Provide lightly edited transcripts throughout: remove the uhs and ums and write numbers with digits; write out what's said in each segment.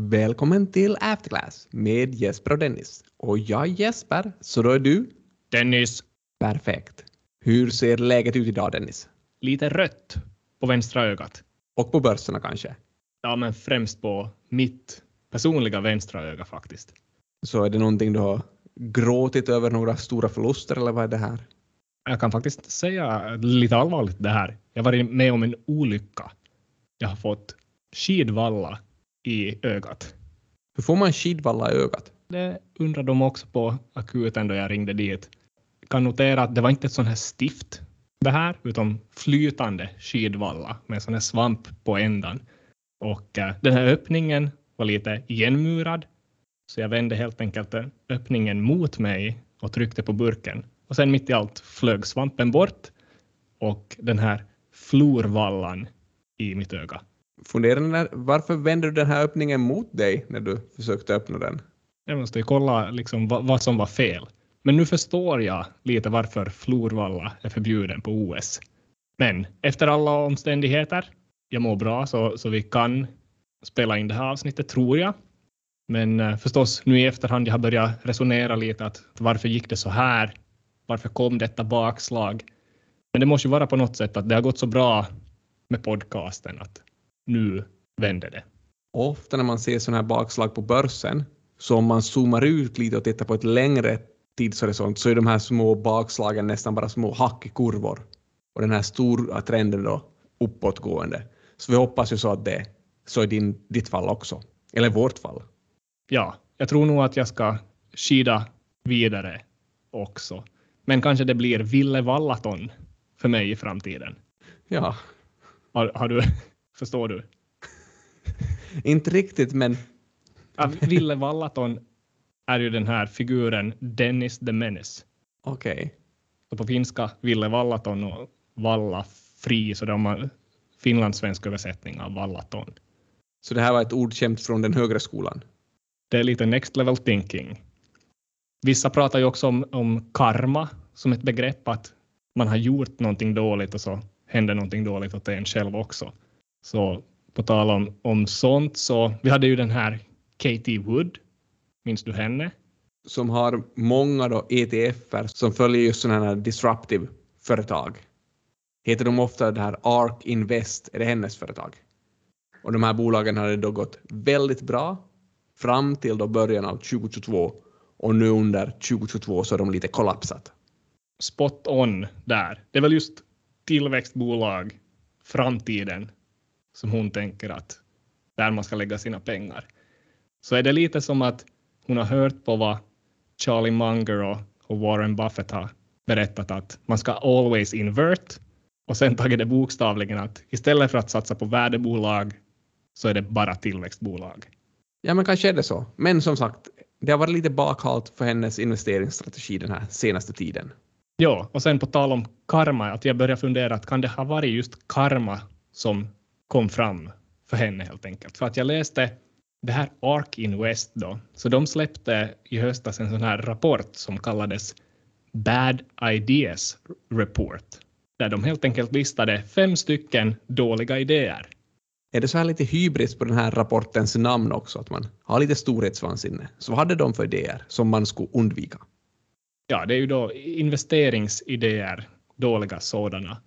Välkommen till Afterclass med Jesper och Dennis. Och jag är Jesper, så då är du? Dennis. Perfekt. Hur ser läget ut idag, Dennis? Lite rött på vänstra ögat. Och på börserna kanske? Ja, men främst på mitt personliga vänstra öga faktiskt. Så är det någonting du har gråtit över, några stora förluster, eller vad är det här? Jag kan faktiskt säga lite allvarligt det här. Jag har varit med om en olycka. Jag har fått skidvalla i ögat. Hur får man skidvalla i ögat? Det undrar de också på akuten då jag ringde dit. Jag kan notera att det var inte ett sån här stift det här, utan flytande skidvalla med en sån här svamp på ändan. Och den här öppningen var lite igenmurad. Så jag vände helt enkelt öppningen mot mig och tryckte på burken. Och sen mitt i allt flög svampen bort och den här florvallan i mitt öga. Varför vände du den här öppningen mot dig när du försökte öppna den? Jag måste ju kolla liksom vad som var fel. Men nu förstår jag lite varför florvalla är förbjuden på OS. Men efter alla omständigheter, jag mår bra så vi kan spela in det här avsnittet, tror jag. Men förstås nu i efterhand jag har börjat resonera lite att varför gick det så här? Varför kom detta bakslag? Men det måste ju vara på något sätt att det har gått så bra med podcasten att nu vänder det. Ofta när man ser sådana här bakslag på börsen, så om man zoomar ut lite och tittar på ett längre tidshorisont, så är de här små bakslagen nästan bara små hack i kurvor. Och den här stora trenden då uppåtgående. Så vi hoppas ju så att det så är ditt fall också. Eller vårt fall. Ja, jag tror nog att jag ska skida vidare också. Men kanske det blir Ville Vallaton för mig i framtiden. Ja. Har du, förstår du? Inte riktigt, men... Ja, Ville Vallaton är ju den här figuren Dennis the Menace. Okej. Så på finska Ville Vallaton och Valla fri, så de har finlandssvensk översättning av Vallaton. Så det här var ett ordskämt från den högre skolan? Det är lite next level thinking. Vissa pratar ju också om karma som ett begrepp, att man har gjort någonting dåligt och så händer någonting dåligt åt en själv också. Så på tal om sånt, så vi hade ju den här Katie Wood, minns du henne? Som har många då ETFer som följer just sådana här disruptive företag. Heter de ofta det här ARK Invest, är det hennes företag? Och de här bolagen hade då gått väldigt bra fram till då början av 2022. Och nu under 2022 så har de lite kollapsat. Spot on där. Det är väl just tillväxtbolag, framtiden, som hon tänker att där man ska lägga sina pengar. Så är det lite som att hon har hört på vad Charlie Munger och Warren Buffett har berättat, att man ska always invert, och sen tagit det bokstavligen att istället för att satsa på värdebolag så är det bara tillväxtbolag. Ja, men kanske är det så. Men som sagt, det har varit lite bakhalt för hennes investeringsstrategi den här senaste tiden. Ja, och sen på tal om karma, att jag börjar fundera att kan det ha varit just karma som kom fram för henne helt enkelt. För att jag läste det här ARK Invest då, så de släppte i höstas en sån här rapport som kallades Bad Ideas Report, där de helt enkelt listade 5 stycken dåliga idéer. Är det så här lite hybris på den här rapportens namn också, att man har lite storhetsvansinne? Så vad hade de för idéer som man skulle undvika? Ja, det är ju då investeringsidéer, dåliga sådana.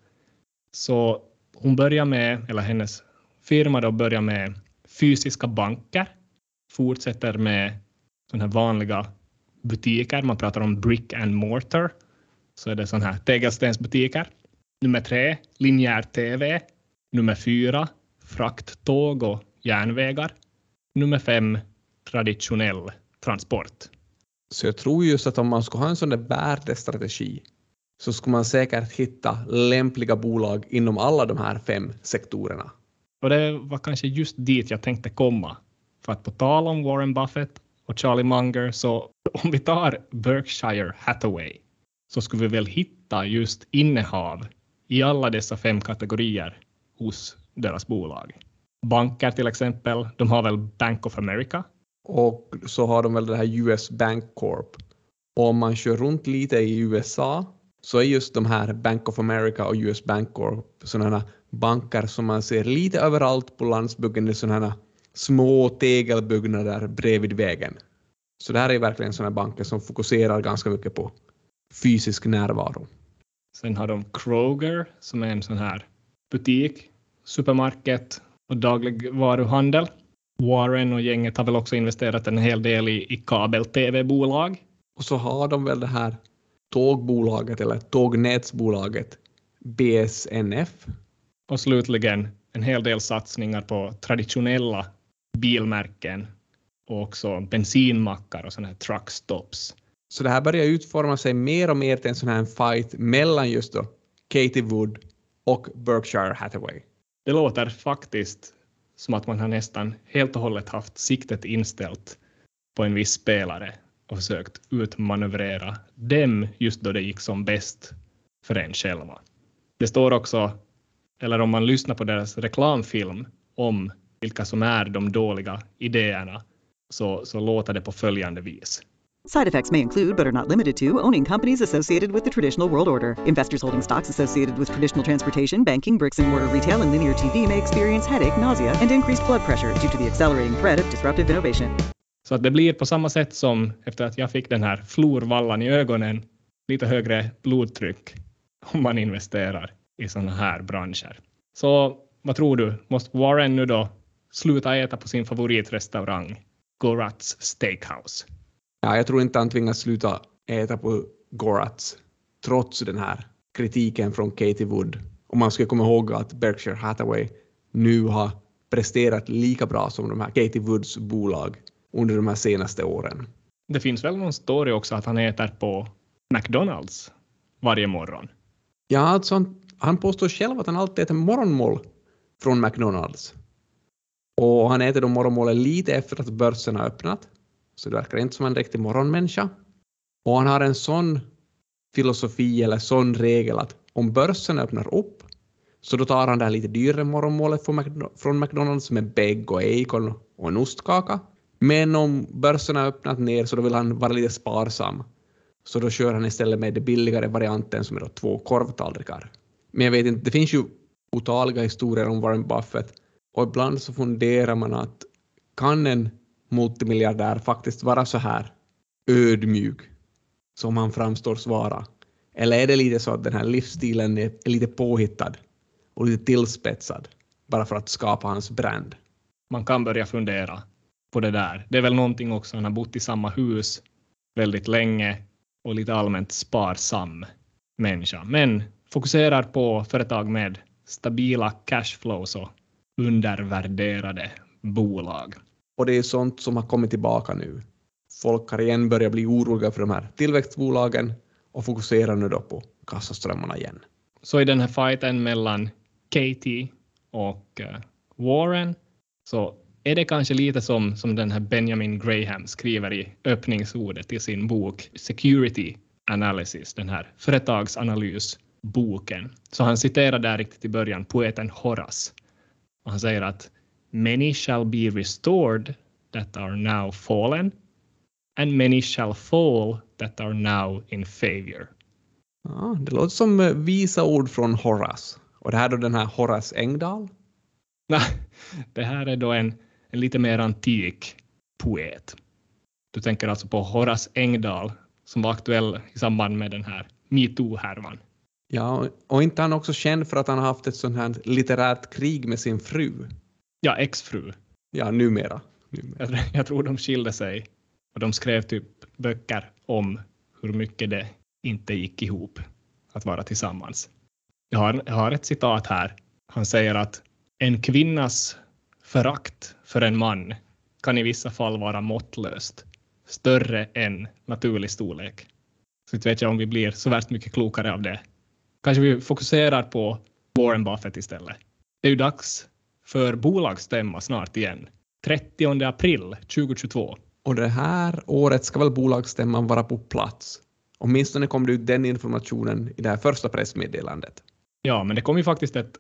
Så hon börjar med, eller hennes firma då börjar med fysiska banker, fortsätter med sådana här vanliga butiker, man pratar om brick and mortar, så är det sådana här tegelstensbutiker. Nummer 3, linjär tv. Nummer 4, frakttåg och järnvägar. Nummer 5, traditionell transport. Så jag tror just att om man ska ha en sån där värdestrategi så ska man säkert hitta lämpliga bolag inom alla de här 5 sektorerna. Och det var kanske just dit jag tänkte komma. För att på tal om Warren Buffett och Charlie Munger, så om vi tar Berkshire Hathaway så skulle vi väl hitta just innehav i alla dessa 5 kategorier hos deras bolag. Banker till exempel, de har väl Bank of America. Och så har de väl det här US Bank Corp. Och om man kör runt lite i USA så är just de här Bank of America och US Bank Corp sådana banker som man ser lite överallt på landsbygden i sådana små tegelbyggnader bredvid vägen. Så det här är verkligen sådana banker som fokuserar ganska mycket på fysisk närvaro. Sen har de Kroger som är en sån här butik, supermarket och dagligvaruhandel. Warren och gänget har väl också investerat en hel del i kabel-tv-bolag. Och så har de väl det här tågbolaget eller tågnätsbolaget BSNF. Och slutligen en hel del satsningar på traditionella bilmärken och också bensinmackar och såna här truckstops. Så det här börjar utforma sig mer och mer till en sån här fight mellan just då Katie Wood och Berkshire Hathaway. Det låter faktiskt som att man har nästan helt och hållet haft siktet inställt på en viss spelare och försökt utmanövrera dem just då det gick som bäst för en själva. Det står också, eller om man lyssnar på deras reklamfilm om vilka som är de dåliga idéerna, så låter det på följande vis. Side effects may include, but are not limited to, owning companies associated with the traditional world order. Investors holding stocks associated with traditional transportation, banking, bricks and mortar retail, and linear TV may experience headache, nausea, and increased blood pressure due to the accelerating threat of disruptive innovation. Så att det blir på samma sätt som efter att jag fick den här florvallan i ögonen, lite högre blodtryck om man investerar i sådana här branscher. Så vad tror du? Måste Warren nu då sluta äta på sin favoritrestaurang, Gorat's Steakhouse? Ja, jag tror inte han tvingas sluta äta på Gorat's trots den här kritiken från Katie Wood. Om man ska komma ihåg att Berkshire Hathaway nu har presterat lika bra som de här Katie Woods bolag under de här senaste åren. Det finns väl någon story också att han äter på McDonald's varje morgon? Ja, alltså han påstår själv att han alltid äter morgonmål från McDonald's. Och han äter de morgonmålen lite efter att börsen har öppnat. Så det verkar inte som en riktig morgonmänniska. Och han har en sån filosofi eller sån regel att om börsen öppnar upp så då tar han det här lite dyrare morgonmålet från McDonald's med bägg och bacon och en ostkaka. Men om börsen har öppnat ner så då vill han vara lite sparsam. Så då kör han istället med det billigare varianten som är då 2 korvtallrikar. Men jag vet inte, det finns ju otaliga historier om Warren Buffett. Och ibland så funderar man att kan en multimiljardär faktiskt vara så här ödmjuk som han framstår svara? Eller är det lite så att den här livsstilen är lite påhittad och lite tillspetsad bara för att skapa hans brand? Man kan börja fundera på det där. Det är väl någonting också, han har bott i samma hus väldigt länge och lite allmänt sparsam människa. Men fokuserar på företag med stabila cashflows och undervärderade bolag. Och det är sånt som har kommit tillbaka nu. Folk har igen börjat bli oroliga för de här tillväxtbolagen och fokuserar nu då på kassaströmmarna igen. Så i den här fighten mellan Katie och Warren så är det kanske lite som den här Benjamin Graham skriver i öppningsordet i sin bok Security Analysis, den här företagsanalysboken. Så han citerar där riktigt i början poeten Horace. Och han säger att many shall be restored that are now fallen, and many shall fall that are now in favor. Ja, det låter som visa ord från Horace. Och det här är då den här Horace Engdahl? Nej, det här är då en lite mer antik poet. Du tänker alltså på Horace Engdahl som var aktuell i samband med den här MeToo-härvan. Ja, och inte han också känd för att han har haft ett sånt här litterärt krig med sin fru? Ja, exfru. Ja, numera. Jag tror de skilde sig och de skrev typ böcker om hur mycket det inte gick ihop att vara tillsammans. Jag har ett citat här. Han säger att en kvinnas förakt för en man kan i vissa fall vara måttlöst, större än naturlig storlek. Så inte vet jag om vi blir så värst mycket klokare av det. Kanske vi fokuserar på Warren Buffett istället. Det är ju dags för bolagsstämma snart igen. 30 april 2022. Och det här året ska väl bolagsstämman vara på plats. Åtminstone kom det ut den informationen i det här första pressmeddelandet. Ja, men det kom ju faktiskt ett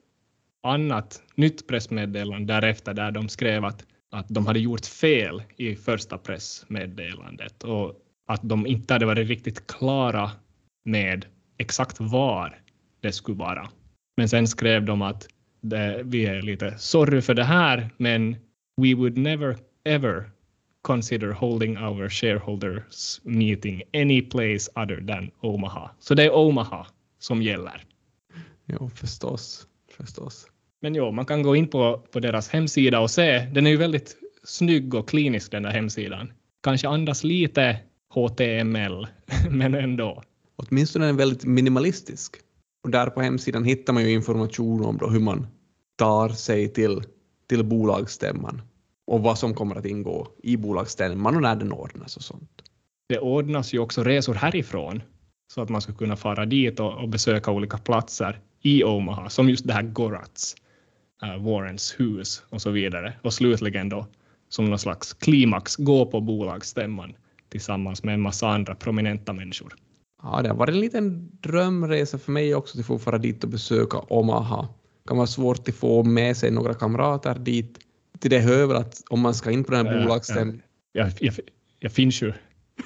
annat nytt pressmeddelande därefter där de skrev att de hade gjort fel i första pressmeddelandet och att de inte hade varit riktigt klara med exakt var det skulle vara. Men sen skrev de att vi är lite sorry för det här, men we would never ever consider holding our shareholders meeting any place other than Omaha. Så det är Omaha som gäller. Jo, förstås. Men jo, man kan gå in på deras hemsida och se. Den är ju väldigt snygg och klinisk, den där hemsidan. Kanske andas lite HTML, men ändå. Åtminstone är den väldigt minimalistisk. Och där på hemsidan hittar man ju information om då hur man tar sig till bolagsstämman. Och vad som kommer att ingå i bolagsstämman och när den ordnas och sånt. Det ordnas ju också resor härifrån. Så att man ska kunna fara dit och besöka olika platser i Omaha. Som just det här Gorats, Warrens hus och så vidare. Och slutligen då som någon slags klimax gå på bolagsstämman tillsammans med en massa andra prominenta människor. Ja, det har varit en liten drömresa för mig också till att få fara dit och besöka Omaha. Det kan vara svårt att få med sig några kamrater dit. Till det hör att om man ska in på den här bolagsstämman. Jag finns ju.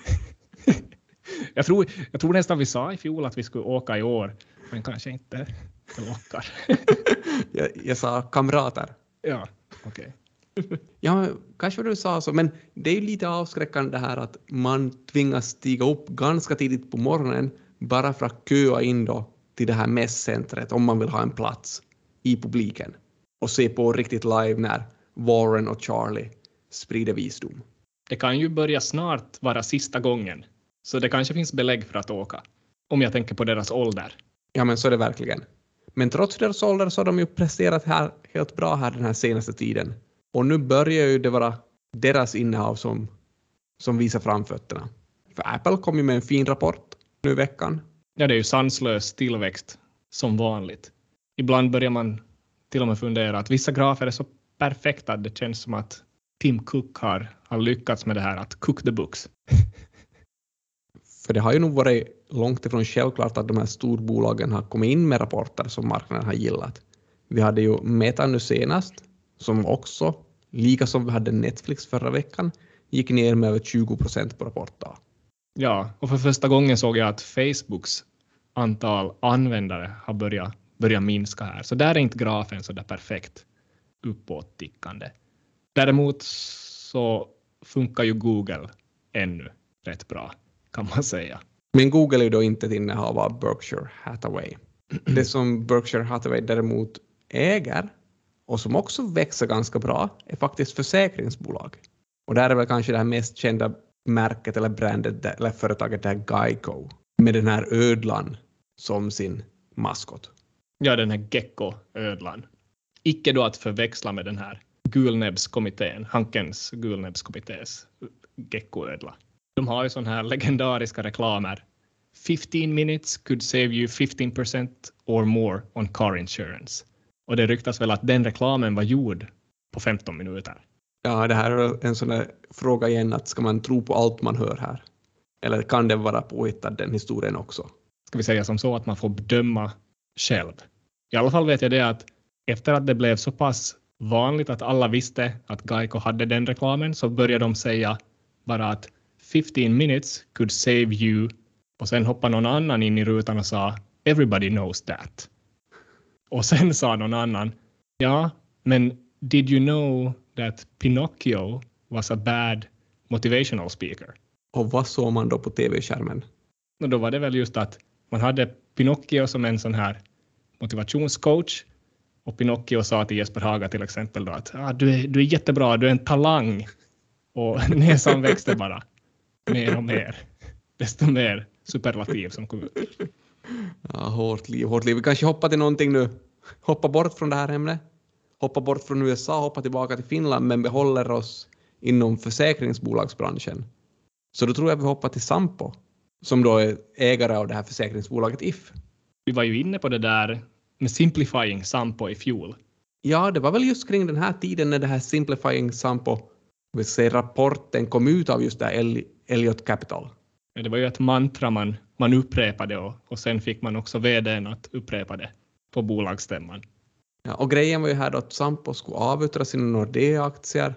jag tror nästan vi sa i fjol att vi skulle åka i år. Men kanske inte lockar. jag sa kamrater. Ja, okej. Ja, kanske vad du sa så. Men det är ju lite avskräckande det här att man tvingas stiga upp ganska tidigt på morgonen bara för att köa in då till det här mässcentret om man vill ha en plats i publiken. Och se på riktigt live när Warren och Charlie sprider visdom. Det kan ju börja snart vara sista gången. Så det kanske finns belägg för att åka. Om jag tänker på deras ålder. Ja, men så är det verkligen. Men trots deras ålder så har de ju presterat här helt bra här den här senaste tiden. Och nu börjar ju det vara deras innehav som visar framfötterna. För Apple kom ju med en fin rapport nu i veckan. Ja, det är ju sanslös tillväxt som vanligt. Ibland börjar man till och med fundera att vissa grafer är så perfekta att det känns som att Tim Cook har lyckats med det här att cook the books. För det har ju nog varit långt ifrån självklart att de här storbolagen har kommit in med rapporter som marknaden har gillat. Vi hade ju Meta nu senast som också, lika som vi hade Netflix förra veckan, gick ner med över 20% på rapportdag. Ja, och för första gången såg jag att Facebooks antal användare har börjat minska här. Så där är inte grafen så där perfekt uppåt-tickande. Däremot så funkar ju Google ännu rätt bra, kan man säga. Men Google är ju då inte ett innehav av Berkshire Hathaway. Det som Berkshire Hathaway däremot äger och som också växer ganska bra är faktiskt försäkringsbolag. Och där är väl kanske det här mest kända märket eller brandet eller företaget där Geico med den här ödlan som sin maskot. Ja, den här gecko-ödlan. Icke då att förväxla med den här gulnäbbskommittén, Hankens gulnäbbskommittés gecko-ödla. De har ju sån här legendariska reklamer. 15 minutes could save you 15% or more on car insurance. Och det ryktas väl att den reklamen var gjord på 15 minuter. Ja, det här är en sån där fråga igen att ska man tro på allt man hör här? Eller kan det vara påhittad den historien också? Ska vi säga som så att man får bedöma själv. I alla fall vet jag det att efter att det blev så pass vanligt att alla visste att Geico hade den reklamen så började de säga bara att 15 minutes could save you och sen hoppade någon annan in i rutan och sa everybody knows that. Och sen sa någon annan ja, men did you know that Pinocchio was a bad motivational speaker? Och vad såg man då på tv-skärmen? Och då var det väl just att man hade Pinocchio som en sån här motivationscoach och Pinocchio sa till Jesper Haga till exempel då att du är jättebra, du är en talang. Och näsan växte bara mer och mer. Desto mer superlativ som kom ut. Ja, hårt liv. Vi kanske hoppar till någonting nu. Hoppa bort från det här ämnet. Hoppa bort från USA, hoppa tillbaka till Finland men behåller oss inom försäkringsbolagsbranschen. Så då tror jag vi hoppar till Sampo som då är ägare av det här försäkringsbolaget If. Vi var ju inne på det där med Simplifying Sampo i fjol. Ja, det var väl just kring den här tiden när det här Simplifying Sampo, vi säger rapporten kom ut av just det här Elliott Capital. Det var ju ett mantra man upprepade och sen fick man också vdn att upprepa det på bolagsstämman. Ja, och grejen var ju här då att Sampo skulle avyttra sina Nordea-aktier.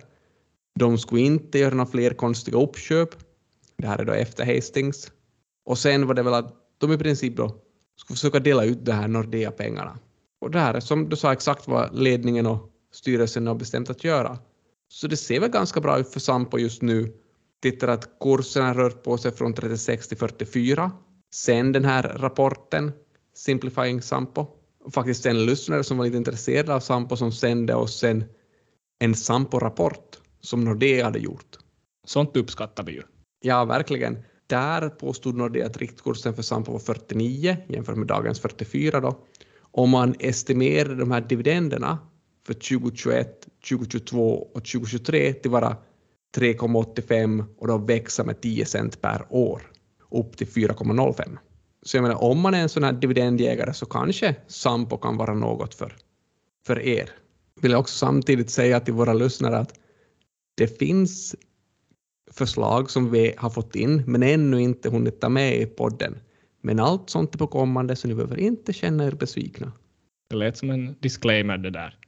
De skulle inte göra några fler konstiga uppköp. Det här är då efter Hastings. Och sen var det väl att de i princip då skulle försöka dela ut det här Nordea-pengarna. Och det här är som du sa exakt vad ledningen och styrelsen har bestämt att göra. Så det ser väl ganska bra ut för Sampo just nu. Tittar att kursen har rört på sig från 36 till 44. Sen den här rapporten, Simplifying Sampo. Och faktiskt en lyssnare som var lite intresserad av Sampo som sände oss en Sampo-rapport som Nordea hade gjort. Sånt uppskattar vi ju. Ja, verkligen. Där påstod Nordea att riktkursen för Sampo var 49 jämfört med dagens 44 då. Om man estimerade de här dividenderna för 2021, 2022 och 2023 till vara 3,85 och då växa med 10 cent per år upp till 4,05. Så jag menar, om man är en sån här dividendjägare så kanske Sampo kan vara något för er. Vill jag också samtidigt säga till våra lyssnare att det finns förslag som vi har fått in men ännu inte hunnit ta med i podden. Men allt sånt är på kommande så ni behöver inte känna er besvikna. Det lät som en disclaimer det där.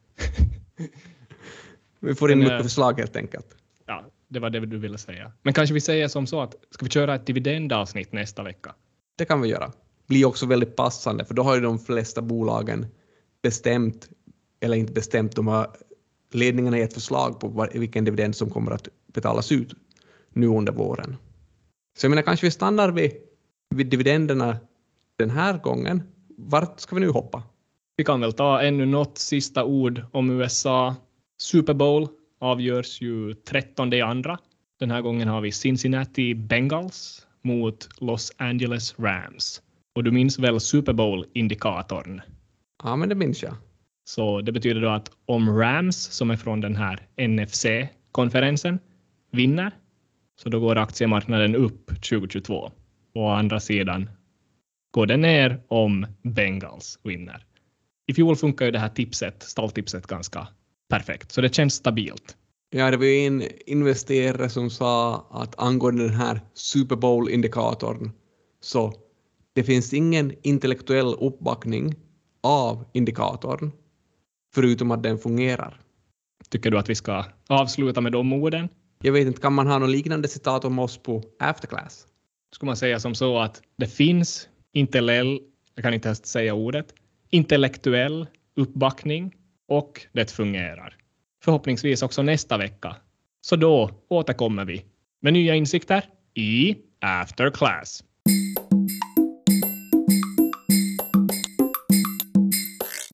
Vi får in mycket förslag helt enkelt. Ja, det var det du ville säga. Men kanske vi säger som så att ska vi köra ett dividendavsnitt nästa vecka? Det kan vi göra. Blir också väldigt passande för då har ju de flesta bolagen bestämt, eller inte bestämt, de har ledningarna gett förslag på vilken dividend som kommer att betalas ut nu under våren. Så jag menar, kanske vi stannar vid dividenderna den här gången. Vart ska vi nu hoppa? Vi kan väl ta ännu något sista ord om USA. Super Bowl avgörs ju 13/2. Den här gången har vi Cincinnati Bengals mot Los Angeles Rams. Och du minns väl Super Bowl-indikatorn? Ja, men det minns jag. Så det betyder då att om Rams, som är från den här NFC-konferensen, vinner, så då går aktiemarknaden upp 2022. Och å andra sidan går det ner om Bengals vinner. I fjol funkar ju det här stalltipset ganska perfekt, så det känns stabilt. Ja, det var ju en investerare som sa att angående den här Super Bowl-indikatorn så det finns ingen intellektuell uppbackning av indikatorn förutom att den fungerar. Tycker du att vi ska avsluta med de orden? Jag vet inte, kan man ha något liknande citat om oss på Afterclass? Ska man säga som så att det finns jag kan inte ens säga ordet, intellektuell uppbackning och det fungerar. Förhoppningsvis också nästa vecka. Så då återkommer vi med nya insikter i Afterclass.